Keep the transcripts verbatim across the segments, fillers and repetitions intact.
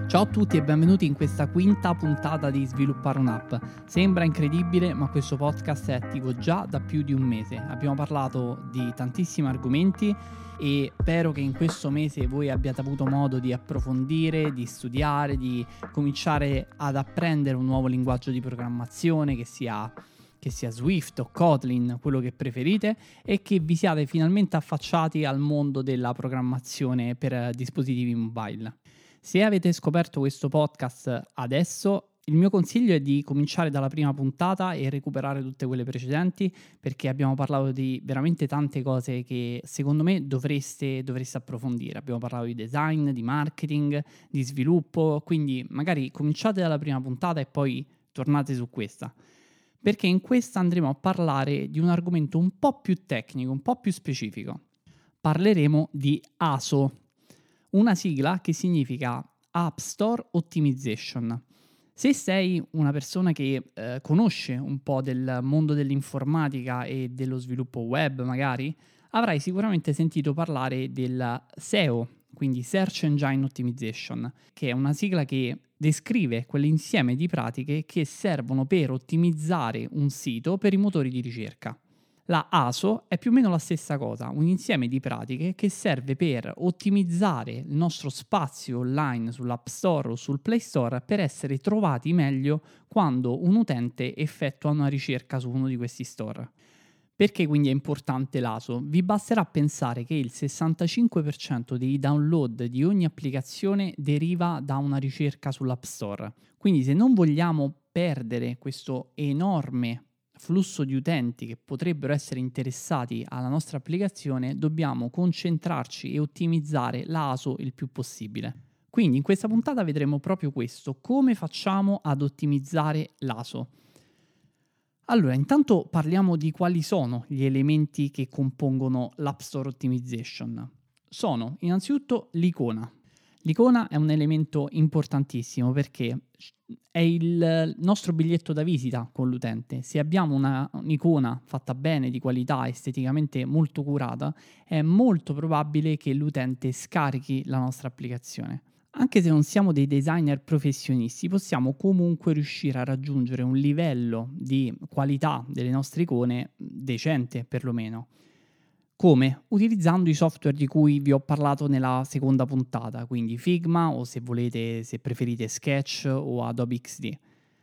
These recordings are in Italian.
Ciao a tutti e benvenuti in questa quinta puntata di Sviluppare un'app. Sembra incredibile, ma questo podcast è attivo già da più di un mese. Abbiamo parlato di tantissimi argomenti e spero che in questo mese voi abbiate avuto modo di approfondire, di studiare, di cominciare ad apprendere un nuovo linguaggio di programmazione, che sia, che sia Swift o Kotlin, quello che preferite, e che vi siate finalmente affacciati al mondo della programmazione per dispositivi mobile. Se avete scoperto questo podcast adesso, il mio consiglio è di cominciare dalla prima puntata e recuperare tutte quelle precedenti, perché abbiamo parlato di veramente tante cose che secondo me dovreste, dovreste approfondire. Abbiamo parlato di design, di marketing, di sviluppo, quindi magari cominciate dalla prima puntata e poi tornate su questa, perché in questa andremo a parlare di un argomento un po' più tecnico, un po' più specifico. Parleremo di A S O, una sigla che significa App Store Optimization. Se sei una persona che eh, conosce un po' del mondo dell'informatica e dello sviluppo web, magari, avrai sicuramente sentito parlare del S E O, quindi Search Engine Optimization, che è una sigla che descrive quell'insieme di pratiche che servono per ottimizzare un sito per i motori di ricerca. La A S O è più o meno la stessa cosa, un insieme di pratiche che serve per ottimizzare il nostro spazio online sull'App Store o sul Play Store per essere trovati meglio quando un utente effettua una ricerca su uno di questi store. Perché quindi è importante l'A S O? Vi basterà pensare che il sessantacinque per cento dei download di ogni applicazione deriva da una ricerca sull'App Store. Quindi se non vogliamo perdere questo enorme flusso di utenti che potrebbero essere interessati alla nostra applicazione, dobbiamo concentrarci e ottimizzare l'A S O il più possibile. Quindi in questa puntata vedremo proprio questo: come facciamo ad ottimizzare l'A S O. Allora, intanto parliamo di quali sono gli elementi che compongono l'App Store Optimization. Sono innanzitutto l'icona. L'icona è un elemento importantissimo perché è il nostro biglietto da visita con l'utente. Se abbiamo una, un'icona fatta bene, di qualità, esteticamente molto curata, è molto probabile che l'utente scarichi la nostra applicazione. Anche se non siamo dei designer professionisti, possiamo comunque riuscire a raggiungere un livello di qualità delle nostre icone decente, perlomeno. Come? Utilizzando i software di cui vi ho parlato nella seconda puntata, quindi Figma o, se volete, se preferite, Sketch o Adobe X D.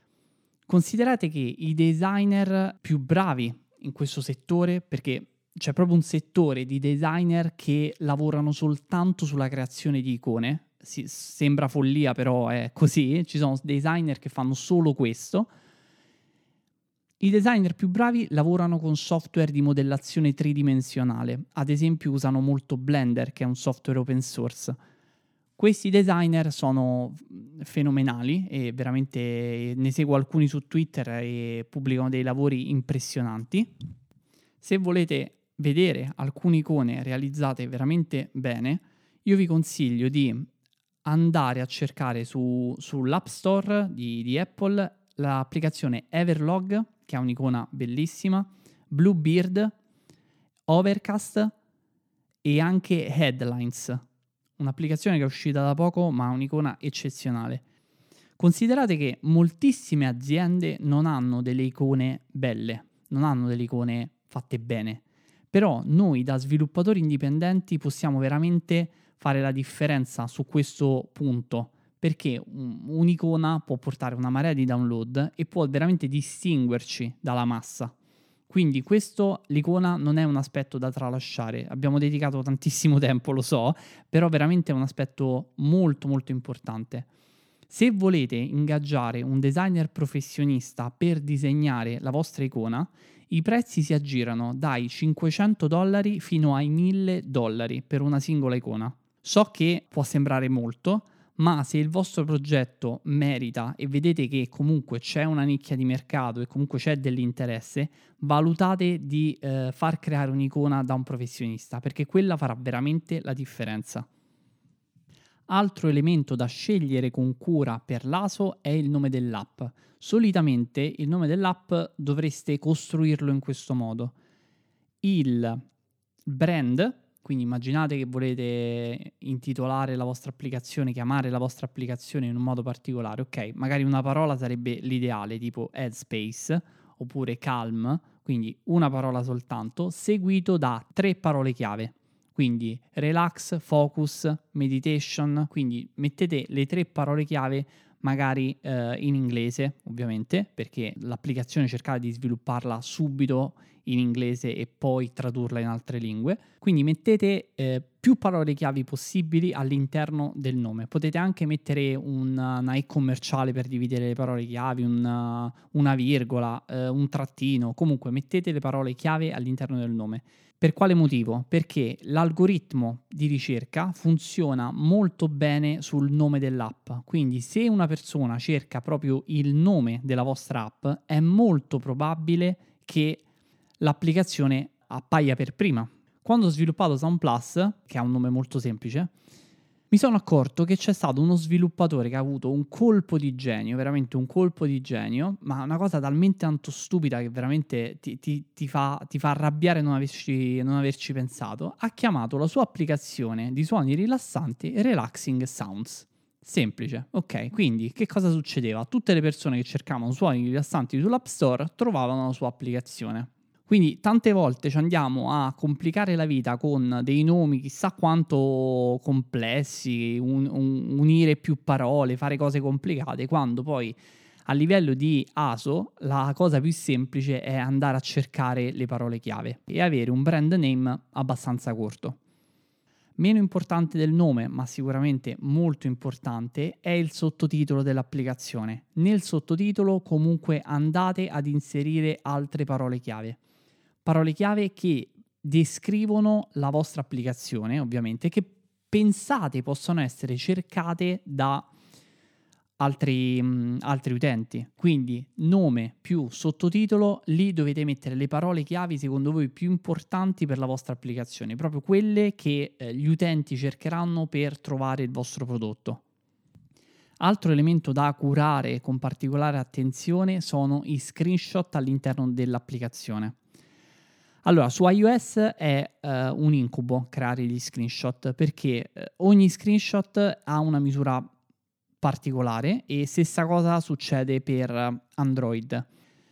Considerate che i designer più bravi in questo settore, perché c'è proprio un settore di designer che lavorano soltanto sulla creazione di icone, si, sembra follia però è così, ci sono designer che fanno solo questo. I designer più bravi lavorano con software di modellazione tridimensionale, ad esempio usano molto Blender, che è un software open source. Questi designer sono fenomenali e veramente ne seguo alcuni su Twitter e pubblicano dei lavori impressionanti. Se volete vedere alcune icone realizzate veramente bene, io vi consiglio di andare a cercare su, sull'App Store di, di Apple l'applicazione Everlog, che ha un'icona bellissima, Bluebeard, Overcast e anche Headlines, un'applicazione che è uscita da poco ma ha un'icona eccezionale. Considerate che moltissime aziende non hanno delle icone belle, non hanno delle icone fatte bene, però noi da sviluppatori indipendenti possiamo veramente fare la differenza su questo punto, perché un'icona può portare una marea di download e può veramente distinguerci dalla massa. Quindi questo, l'icona non è un aspetto da tralasciare. Abbiamo dedicato tantissimo tempo, lo so, però veramente è un aspetto molto molto importante. Se volete ingaggiare un designer professionista per disegnare la vostra icona, i prezzi si aggirano dai cinquecento dollari fino ai mille dollari per una singola icona. So che può sembrare molto, ma se il vostro progetto merita e vedete che comunque c'è una nicchia di mercato e comunque c'è dell'interesse, valutate di eh, far creare un'icona da un professionista, perché quella farà veramente la differenza. Altro elemento da scegliere con cura per l'A S O è il nome dell'app. Solitamente il nome dell'app dovreste costruirlo in questo modo. Il brand Quindi immaginate che volete intitolare la vostra applicazione, chiamare la vostra applicazione in un modo particolare. Ok, magari una parola sarebbe l'ideale, tipo Headspace oppure Calm, quindi una parola soltanto, seguito da tre parole chiave. Quindi relax, focus, meditation, quindi mettete le tre parole chiave magari eh, in inglese, ovviamente, perché l'applicazione cercate di svilupparla subito in inglese e poi tradurla in altre lingue. Quindi mettete eh, più parole chiavi possibili all'interno del nome. Potete anche mettere un, una e commerciale per dividere le parole chiavi, una, una virgola, eh, un trattino, comunque mettete le parole chiave all'interno del nome. Per quale motivo? Perché l'algoritmo di ricerca funziona molto bene sul nome dell'app, quindi se una persona cerca proprio il nome della vostra app, è molto probabile che l'applicazione appaia per prima. Quando ho sviluppato SoundPlus, che ha un nome molto semplice, mi sono accorto che c'è stato uno sviluppatore che ha avuto un colpo di genio, veramente un colpo di genio, ma una cosa talmente tanto stupida che veramente ti, ti, ti, fa, ti fa arrabbiare non averci, non averci pensato. Ha chiamato la sua applicazione di suoni rilassanti Relaxing Sounds. Semplice, ok? Quindi che cosa succedeva? Tutte le persone che cercavano suoni rilassanti sull'App Store trovavano la sua applicazione. Quindi tante volte ci andiamo a complicare la vita con dei nomi chissà quanto complessi, un, un, unire più parole, fare cose complicate, quando poi a livello di A S O la cosa più semplice è andare a cercare le parole chiave e avere un brand name abbastanza corto. Meno importante del nome, ma sicuramente molto importante, è il sottotitolo dell'applicazione. Nel sottotitolo comunque andate ad inserire altre parole chiave. Parole chiave che descrivono la vostra applicazione, ovviamente, che pensate possano essere cercate da altri, mh, altri utenti. Quindi nome più sottotitolo, lì dovete mettere le parole chiave secondo voi più importanti per la vostra applicazione, proprio quelle che eh, gli utenti cercheranno per trovare il vostro prodotto. Altro elemento da curare con particolare attenzione sono i screenshot all'interno dell'applicazione. Allora, su iOS è uh, un incubo creare gli screenshot perché uh, ogni screenshot ha una misura particolare e stessa cosa succede per Android.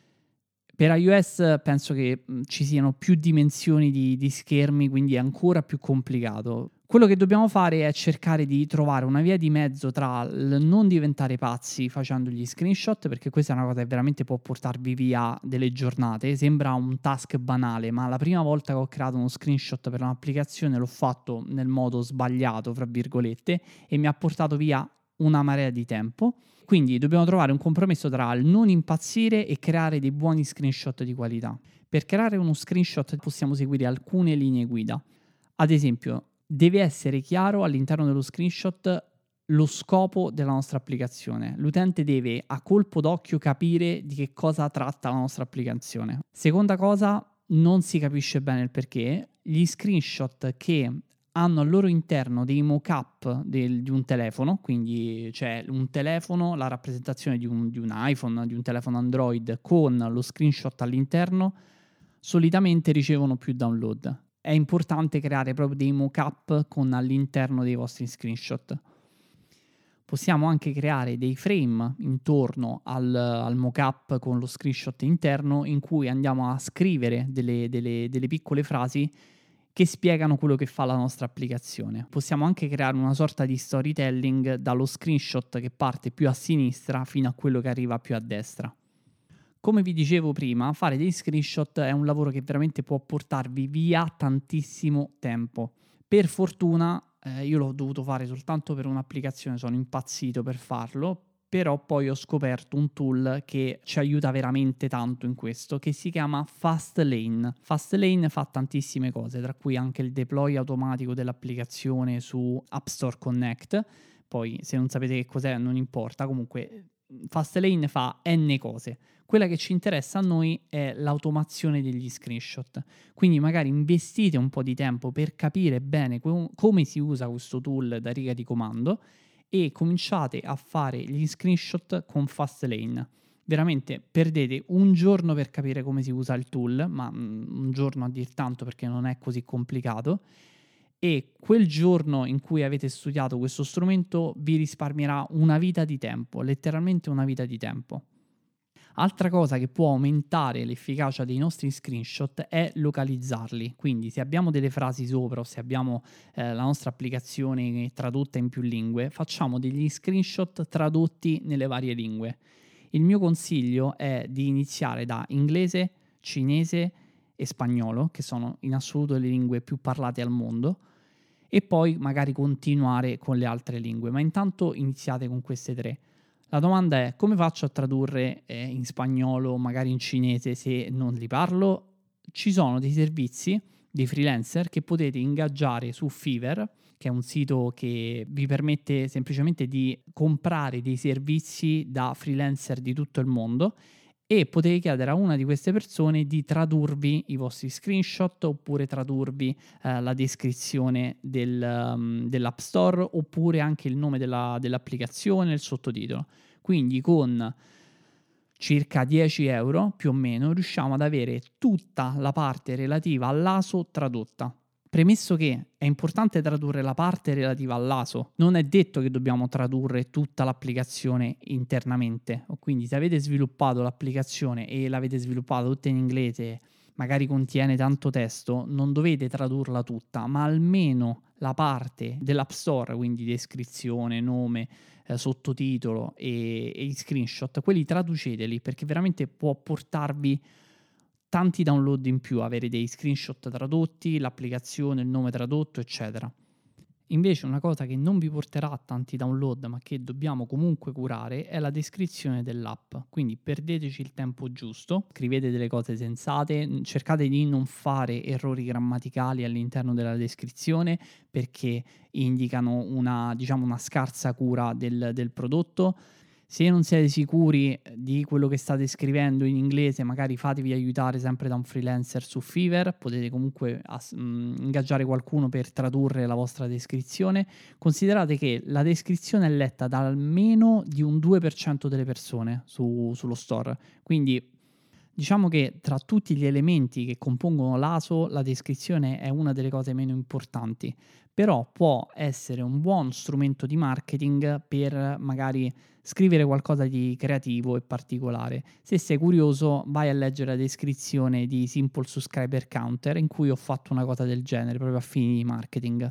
Per iOS penso che mh, ci siano più dimensioni di, di schermi, quindi è ancora più complicato. Quello che dobbiamo fare è cercare di trovare una via di mezzo tra il non diventare pazzi facendo gli screenshot, perché questa è una cosa che veramente può portarvi via delle giornate. Sembra un task banale, ma la prima volta che ho creato uno screenshot per un'applicazione l'ho fatto nel modo sbagliato, fra virgolette, e mi ha portato via una marea di tempo. Quindi dobbiamo trovare un compromesso tra il non impazzire e creare dei buoni screenshot di qualità. Per creare uno screenshot possiamo seguire alcune linee guida. Ad esempio, deve essere chiaro all'interno dello screenshot lo scopo della nostra applicazione. L'utente deve a colpo d'occhio capire di che cosa tratta la nostra applicazione. Seconda cosa, non si capisce bene il perché. Gli screenshot che hanno al loro interno dei mock-up del, di un telefono, quindi c'è un telefono, la rappresentazione di un, di un iPhone, di un telefono Android con lo screenshot all'interno, solitamente ricevono più download. È importante creare proprio dei mock-up con all'interno dei vostri screenshot. Possiamo anche creare dei frame intorno al, al mock-up con lo screenshot interno in cui andiamo a scrivere delle, delle, delle piccole frasi che spiegano quello che fa la nostra applicazione. Possiamo anche creare una sorta di storytelling dallo screenshot che parte più a sinistra fino a quello che arriva più a destra. Come vi dicevo prima, fare dei screenshot è un lavoro che veramente può portarvi via tantissimo tempo. Per fortuna eh, io l'ho dovuto fare soltanto per un'applicazione, sono impazzito per farlo, però poi ho scoperto un tool che ci aiuta veramente tanto in questo, che si chiama Fastlane. Fastlane fa tantissime cose, tra cui anche il deploy automatico dell'applicazione su App Store Connect. Poi se non sapete che cos'è non importa, comunque Fastlane fa n cose. Quella che ci interessa a noi è l'automazione degli screenshot. Quindi magari investite un po' di tempo per capire bene com- come si usa questo tool da riga di comando e cominciate a fare gli screenshot con Fastlane. Veramente perdete un giorno per capire come si usa il tool, ma mm, un giorno a dir tanto perché non è così complicato, e quel giorno in cui avete studiato questo strumento vi risparmierà una vita di tempo, letteralmente una vita di tempo. Altra cosa che può aumentare l'efficacia dei nostri screenshot è localizzarli, quindi se abbiamo delle frasi sopra o se abbiamo eh, la nostra applicazione tradotta in più lingue, facciamo degli screenshot tradotti nelle varie lingue. Il mio consiglio è di iniziare da inglese, cinese e spagnolo, che sono in assoluto le lingue più parlate al mondo, e poi magari continuare con le altre lingue, ma intanto iniziate con queste tre. La domanda è: come faccio a tradurre eh, in spagnolo, magari in cinese, se non li parlo? Ci sono dei servizi, dei freelancer che potete ingaggiare su Fiverr, che è un sito che vi permette semplicemente di comprare dei servizi da freelancer di tutto il mondo, e potete chiedere a una di queste persone di tradurvi i vostri screenshot oppure tradurvi eh, la descrizione del, um, dell'App Store oppure anche il nome della, dell'applicazione e il sottotitolo. Quindi con circa dieci euro più o meno riusciamo ad avere tutta la parte relativa all'A S O tradotta. Premesso che è importante tradurre la parte relativa all'A S O, non è detto che dobbiamo tradurre tutta l'applicazione internamente. Quindi se avete sviluppato l'applicazione e l'avete sviluppata tutta in inglese, magari contiene tanto testo, non dovete tradurla tutta, ma almeno la parte dell'App Store, quindi descrizione, nome, eh, sottotitolo e, e i screenshot, quelli traduceteli, perché veramente può portarvi tanti download in più, avere dei screenshot tradotti, l'applicazione, il nome tradotto, eccetera. Invece una cosa che non vi porterà tanti download, ma che dobbiamo comunque curare, è la descrizione dell'app. Quindi perdeteci il tempo giusto, scrivete delle cose sensate, cercate di non fare errori grammaticali all'interno della descrizione, perché indicano una, diciamo, una scarsa cura del, del prodotto. Se non siete sicuri di quello che state scrivendo in inglese, magari fatevi aiutare sempre da un freelancer su Fiverr, potete comunque as- mh, ingaggiare qualcuno per tradurre la vostra descrizione. Considerate che la descrizione è letta da almeno di un due per cento delle persone su, sullo store, quindi diciamo che tra tutti gli elementi che compongono l'A S O, la descrizione è una delle cose meno importanti, però può essere un buon strumento di marketing per magari scrivere qualcosa di creativo e particolare. Se sei curioso, vai a leggere la descrizione di Simple Subscriber Counter, in cui ho fatto una cosa del genere proprio a fini di marketing.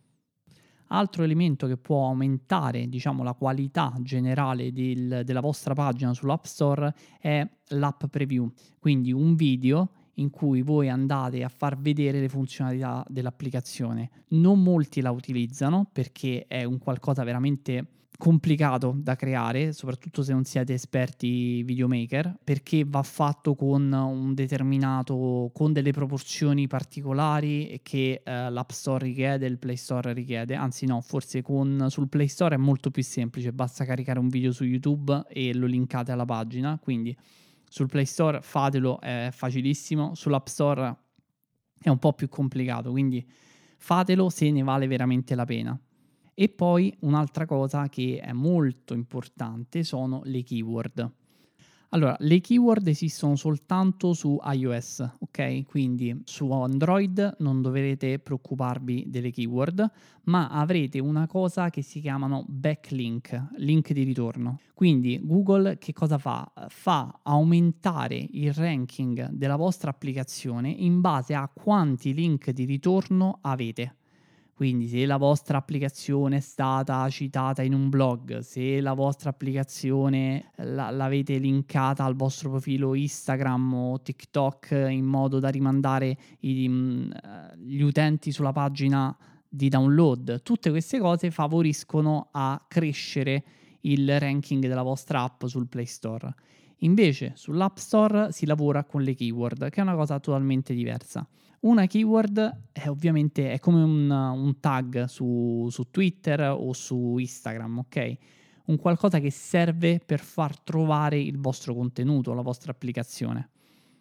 Altro elemento che può aumentare, diciamo, la qualità generale del, della vostra pagina sull'App Store è l'app preview, quindi un video in cui voi andate a far vedere le funzionalità dell'applicazione. Non molti la utilizzano perché è un qualcosa veramente complicato da creare, soprattutto se non siete esperti videomaker, perché va fatto con un determinato, con delle proporzioni particolari che eh, l'App Store richiede, il Play Store richiede, anzi no, forse con, sul Play Store è molto più semplice, basta caricare un video su YouTube e lo linkate alla pagina, quindi sul Play Store fatelo, è facilissimo, sull'App Store è un po' più complicato, quindi fatelo se ne vale veramente la pena. E poi un'altra cosa che è molto importante sono le keyword. Allora, le keyword esistono soltanto su iOS, ok? Quindi su Android non dovrete preoccuparvi delle keyword, ma avrete una cosa che si chiamano backlink, link di ritorno. Quindi Google che cosa fa? Fa aumentare il ranking della vostra applicazione in base a quanti link di ritorno avete. Quindi se la vostra applicazione è stata citata in un blog, se la vostra applicazione la, l'avete linkata al vostro profilo Instagram o TikTok in modo da rimandare i, mh, gli utenti sulla pagina di download, tutte queste cose favoriscono a crescere il ranking della vostra app sul Play Store. Invece sull'App Store si lavora con le keyword, che è una cosa totalmente diversa. Una keyword è ovviamente è come un, un tag su, su Twitter o su Instagram, ok? Un qualcosa che serve per far trovare il vostro contenuto, la vostra applicazione.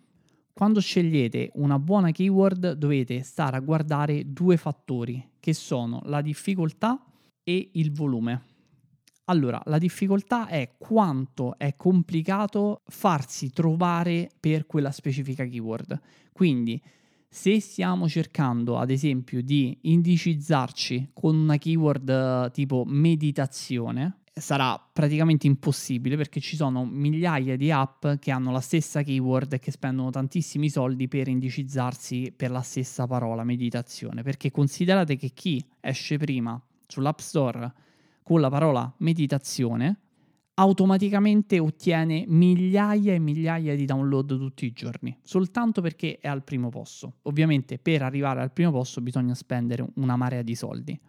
Quando scegliete una buona keyword dovete stare a guardare due fattori, che sono la difficoltà e il volume. Allora, la difficoltà è quanto è complicato farsi trovare per quella specifica keyword. Quindi, Se stiamo cercando, ad esempio, di indicizzarci con una keyword eh, tipo meditazione, sarà praticamente impossibile perché ci sono migliaia di app che hanno la stessa keyword e che spendono tantissimi soldi per indicizzarsi per la stessa parola, meditazione. Perché considerate che chi esce prima sull'App Store con la parola meditazione automaticamente ottiene migliaia e migliaia di download tutti i giorni, soltanto perché è al primo posto. Ovviamente per arrivare al primo posto bisogna spendere una marea di soldi.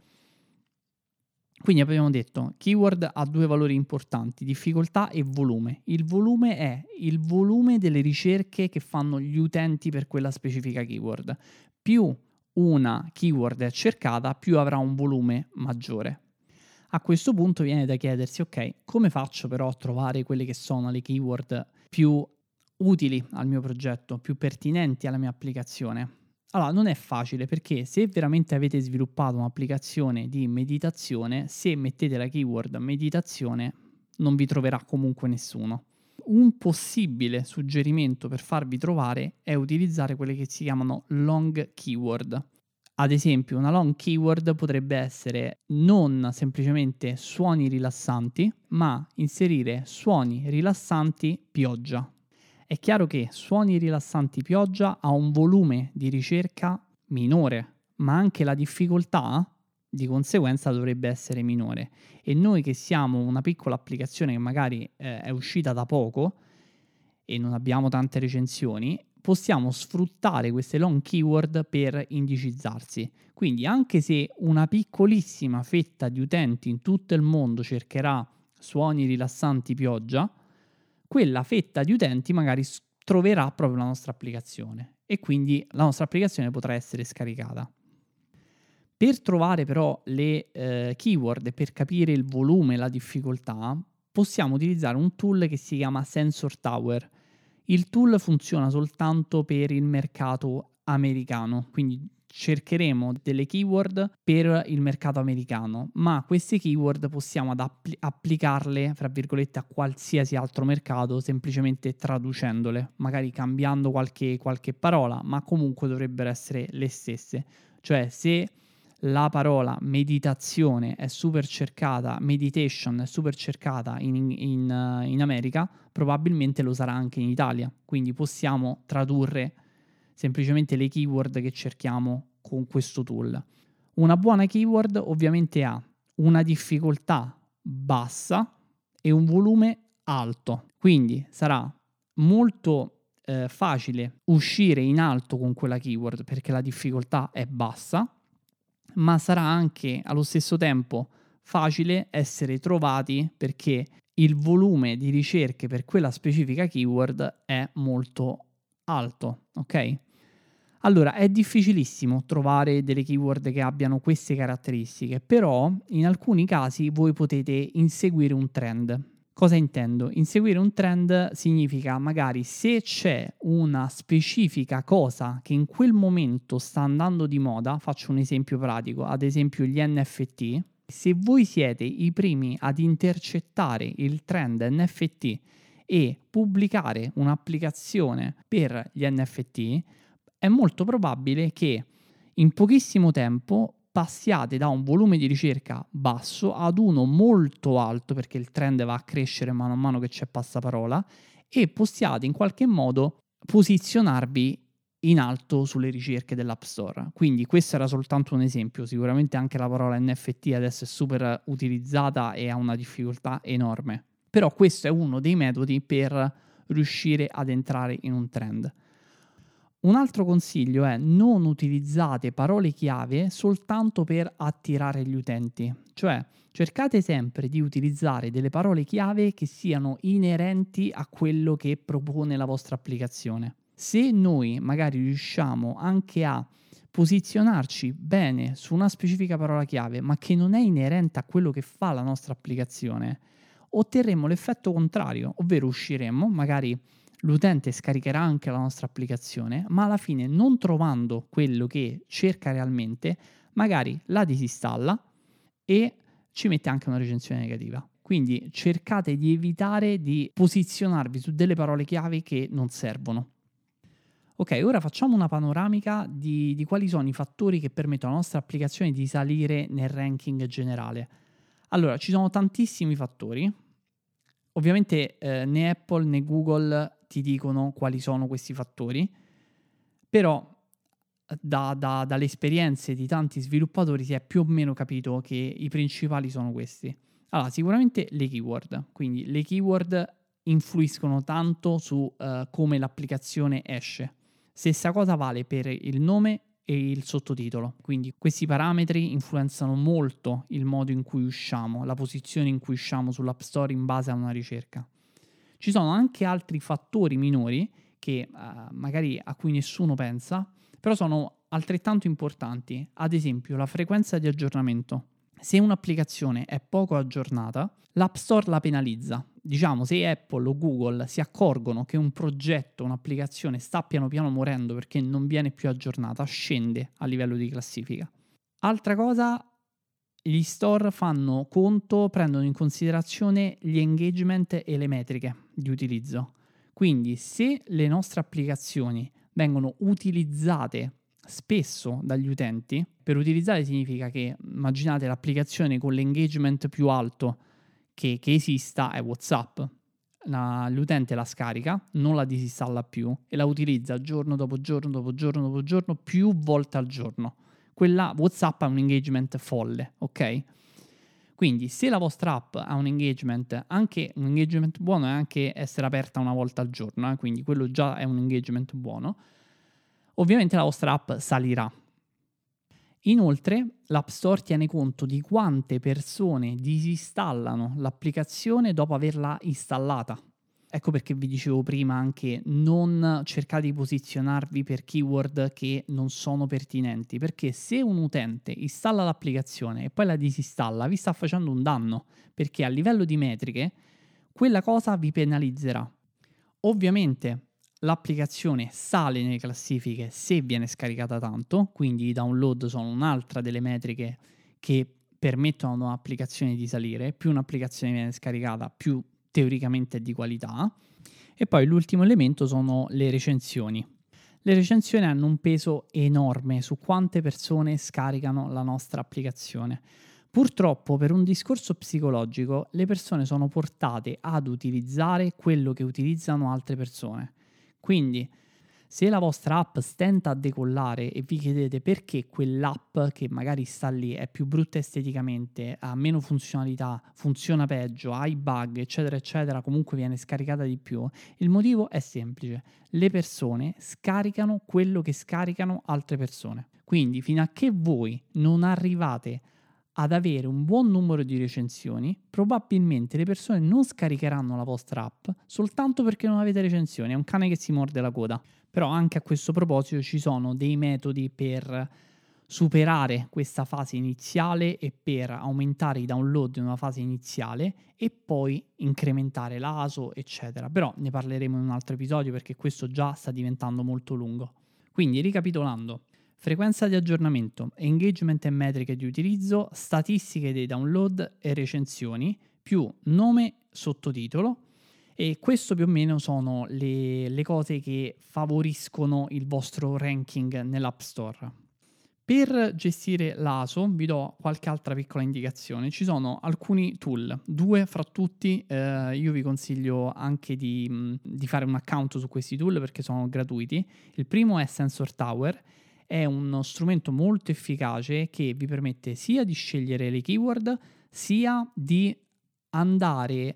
Quindi abbiamo detto, keyword ha due valori importanti, difficoltà e volume. Il volume è il volume delle ricerche che fanno gli utenti per quella specifica keyword. Più una keyword è cercata, più avrà un volume maggiore. A questo punto viene da chiedersi, ok, come faccio però a trovare quelle che sono le keyword più utili al mio progetto, più pertinenti alla mia applicazione? Allora, non è facile perché se veramente avete sviluppato un'applicazione di meditazione, se mettete la keyword meditazione, non vi troverà comunque nessuno. Un possibile suggerimento per farvi trovare è utilizzare quelle che si chiamano long keyword. Ad esempio, una long keyword potrebbe essere non semplicemente suoni rilassanti, ma inserire suoni rilassanti pioggia. È chiaro che suoni rilassanti pioggia ha un volume di ricerca minore, ma anche la difficoltà di conseguenza dovrebbe essere minore. E noi che siamo una piccola applicazione che magari eh, è uscita da poco e non abbiamo tante recensioni, possiamo sfruttare queste long keyword per indicizzarsi. Quindi anche se una piccolissima fetta di utenti in tutto il mondo cercherà suoni rilassanti pioggia, quella fetta di utenti magari s- troverà proprio la nostra applicazione e quindi la nostra applicazione potrà essere scaricata. Per trovare però le eh, keyword e per capire il volume e la difficoltà, possiamo utilizzare un tool che si chiama Sensor Tower. Il tool funziona soltanto per il mercato americano, quindi cercheremo delle keyword per il mercato americano, ma queste keyword possiamo ad appli- applicarle, fra virgolette, a qualsiasi altro mercato semplicemente traducendole, magari cambiando qualche, qualche parola, ma comunque dovrebbero essere le stesse. Cioè, se la parola meditazione è super cercata, meditation è super cercata in, in, uh, in America, probabilmente lo sarà anche in Italia. Quindi possiamo tradurre semplicemente le keyword che cerchiamo con questo tool. Una buona keyword ovviamente ha una difficoltà bassa e un volume alto, quindi sarà molto eh, facile uscire in alto con quella keyword perché la difficoltà è bassa, ma sarà anche allo stesso tempo facile essere trovati perché il volume di ricerche per quella specifica keyword è molto alto, ok? Allora, è difficilissimo trovare delle keyword che abbiano queste caratteristiche, però in alcuni casi voi potete inseguire un trend. Cosa intendo? Inseguire un trend significa magari se c'è una specifica cosa che in quel momento sta andando di moda, faccio un esempio pratico, ad esempio gli N F T, se voi siete i primi ad intercettare il trend N F T e pubblicare un'applicazione per gli N F T, è molto probabile che in pochissimo tempo passiate da un volume di ricerca basso ad uno molto alto, perché il trend va a crescere mano a mano che c'è passaparola, e possiate in qualche modo posizionarvi in alto sulle ricerche dell'App Store. Quindi questo era soltanto un esempio, sicuramente anche la parola N F T adesso è super utilizzata e ha una difficoltà enorme, però questo è uno dei metodi per riuscire ad entrare in un trend. Un altro consiglio è non utilizzate parole chiave soltanto per attirare gli utenti, cioè cercate sempre di utilizzare delle parole chiave che siano inerenti a quello che propone la vostra applicazione. Se noi magari riusciamo anche a posizionarci bene su una specifica parola chiave, ma che non è inerente a quello che fa la nostra applicazione, otterremo l'effetto contrario, ovvero usciremo magari l'utente scaricherà anche la nostra applicazione, ma alla fine non trovando quello che cerca realmente, magari la disinstalla e ci mette anche una recensione negativa. Quindi cercate di evitare di posizionarvi su delle parole chiave che non servono. Ok, ora facciamo una panoramica di, di quali sono i fattori che permettono alla nostra applicazione di salire nel ranking generale. Allora, ci sono tantissimi fattori. Ovviamente eh, né Apple né Google ti dicono quali sono questi fattori, però da, da, dalle esperienze di tanti sviluppatori si è più o meno capito che i principali sono questi. Allora, sicuramente le keyword, quindi le keyword influiscono tanto su uh, come l'applicazione esce. Stessa cosa vale per il nome e il sottotitolo, quindi questi parametri influenzano molto il modo in cui usciamo, la posizione in cui usciamo sull'App Store in base a una ricerca. Ci sono anche altri fattori minori che uh, magari a cui nessuno pensa, però sono altrettanto importanti, ad esempio la frequenza di aggiornamento. Se un'applicazione è poco aggiornata, l'App Store la penalizza. Diciamo, se Apple o Google si accorgono che un progetto, un'applicazione sta piano piano morendo perché non viene più aggiornata, scende a livello di classifica. Altra cosa, gli store fanno conto, prendono in considerazione gli engagement e le metriche di utilizzo. Quindi se le nostre applicazioni vengono utilizzate spesso dagli utenti, per utilizzare significa che immaginate l'applicazione con l'engagement più alto che, che esista è WhatsApp. La, l'utente la scarica, non la disinstalla più e la utilizza giorno dopo giorno dopo giorno dopo giorno, più volte al giorno. Quella WhatsApp ha un engagement folle, ok? Quindi se la vostra app ha un engagement, anche un engagement buono è anche essere aperta una volta al giorno, eh? Quindi quello già è un engagement buono, ovviamente la vostra app salirà. Inoltre l'App Store tiene conto di quante persone disinstallano l'applicazione dopo averla installata. Ecco perché vi dicevo prima anche non cercate di posizionarvi per keyword che non sono pertinenti, perché se un utente installa l'applicazione e poi la disinstalla vi sta facendo un danno, perché a livello di metriche quella cosa vi penalizzerà. Ovviamente l'applicazione sale nelle classifiche se viene scaricata tanto, quindi i download sono un'altra delle metriche che permettono a un'applicazione di salire. Più un'applicazione viene scaricata, più teoricamente è di qualità. E poi l'ultimo elemento sono le recensioni. Le recensioni hanno un peso enorme su quante persone scaricano la nostra applicazione. Purtroppo, per un discorso psicologico, le persone sono portate ad utilizzare quello che utilizzano altre persone. Quindi, se la vostra app stenta a decollare e vi chiedete perché quell'app che magari sta lì è più brutta esteticamente, ha meno funzionalità, funziona peggio, ha i bug, eccetera, eccetera, comunque viene scaricata di più, il motivo è semplice. Le persone scaricano quello che scaricano altre persone. Quindi, fino a che voi non arrivate ad avere un buon numero di recensioni, probabilmente le persone non scaricheranno la vostra app soltanto perché non avete recensioni. È un cane che si morde la coda. Però anche a questo proposito ci sono dei metodi per superare questa fase iniziale e per aumentare i download in una fase iniziale e poi incrementare l'A S O, eccetera. Però ne parleremo in un altro episodio perché questo già sta diventando molto lungo. Quindi, ricapitolando, frequenza di aggiornamento, engagement e metriche di utilizzo, statistiche dei download e recensioni, più nome, sottotitolo, e questo più o meno sono le, le cose che favoriscono il vostro ranking nell'App Store. Per gestire l'A S O vi do qualche altra piccola indicazione. Ci sono alcuni tool, due fra tutti, eh, io vi consiglio anche di, mh, di fare un account su questi tool perché sono gratuiti. Il primo è Sensor Tower. È uno strumento molto efficace che vi permette sia di scegliere le keyword, sia di andare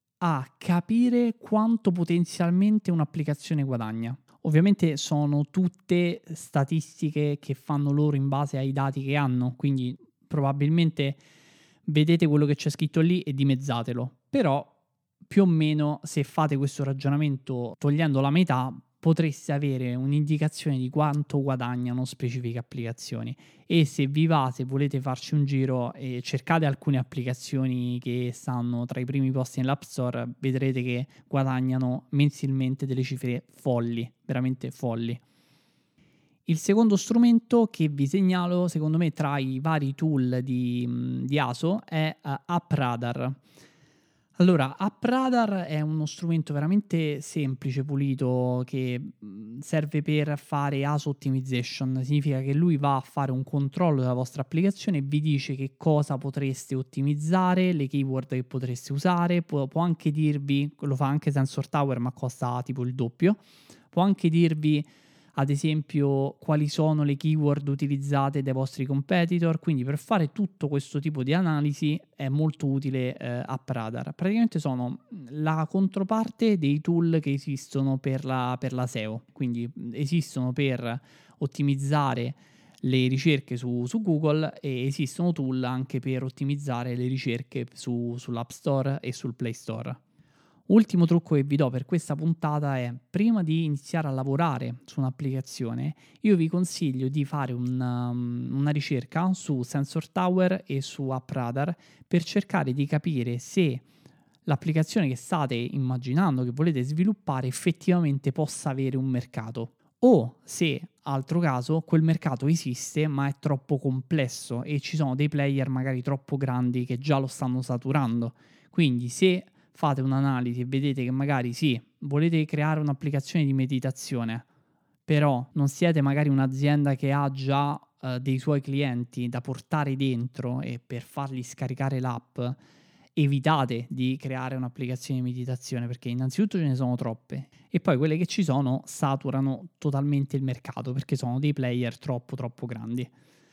a capire quanto potenzialmente un'applicazione guadagna. Ovviamente sono tutte statistiche che fanno loro in base ai dati che hanno, quindi probabilmente vedete quello che c'è scritto lì e dimezzatelo. Però più o meno se fate questo ragionamento togliendo la metà potreste avere un'indicazione di quanto guadagnano specifiche applicazioni e se vi va, se volete farci un giro e cercate alcune applicazioni che stanno tra i primi posti nell'App Store, vedrete che guadagnano mensilmente delle cifre folli, veramente folli. Il secondo strumento che vi segnalo, secondo me, tra i vari tool di, di A S O è uh, AppRadar. Allora, AppRadar è uno strumento veramente semplice, pulito, che mh, serve per fare A S O optimization. Significa che lui va a fare un controllo della vostra applicazione e vi dice che cosa potreste ottimizzare, le keyword che potreste usare, può, può anche dirvi, lo fa anche Sensor Tower ma costa tipo il doppio, può anche dirvi ad esempio quali sono le keyword utilizzate dai vostri competitor, quindi per fare tutto questo tipo di analisi è molto utile eh, AppRadar. Praticamente sono la controparte dei tool che esistono per la, per la S E O, quindi esistono per ottimizzare le ricerche su, su Google e esistono tool anche per ottimizzare le ricerche su, sull'App Store e sul Play Store. Ultimo trucco che vi do per questa puntata è, prima di iniziare a lavorare su un'applicazione, io vi consiglio di fare una, una ricerca su Sensor Tower e su AppRadar per cercare di capire se l'applicazione che state immaginando, che volete sviluppare, effettivamente possa avere un mercato. O se, altro caso, quel mercato esiste ma è troppo complesso e ci sono dei player magari troppo grandi che già lo stanno saturando. Quindi se fate un'analisi e vedete che magari sì, volete creare un'applicazione di meditazione, però non siete magari un'azienda che ha già eh, dei suoi clienti da portare dentro e per fargli scaricare l'app, evitate di creare un'applicazione di meditazione perché innanzitutto ce ne sono troppe e poi quelle che ci sono saturano totalmente il mercato perché sono dei player troppo troppo grandi.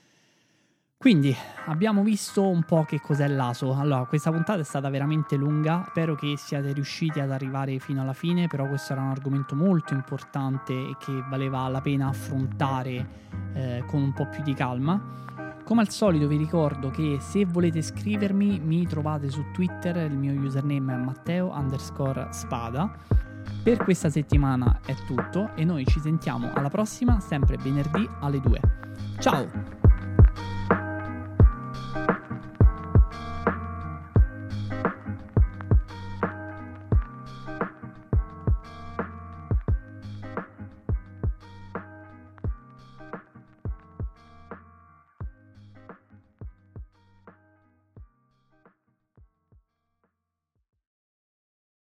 Quindi abbiamo visto un po' che cos'è l'A S O. Allora, questa puntata è stata veramente lunga, spero che siate riusciti ad arrivare fino alla fine, però questo era un argomento molto importante e che valeva la pena affrontare eh, con un po' più di calma. Come al solito vi ricordo che se volete scrivermi mi trovate su Twitter, il mio username è Matteo underscore Spada. Per questa settimana è tutto e noi ci sentiamo alla prossima, sempre venerdì alle due. Ciao!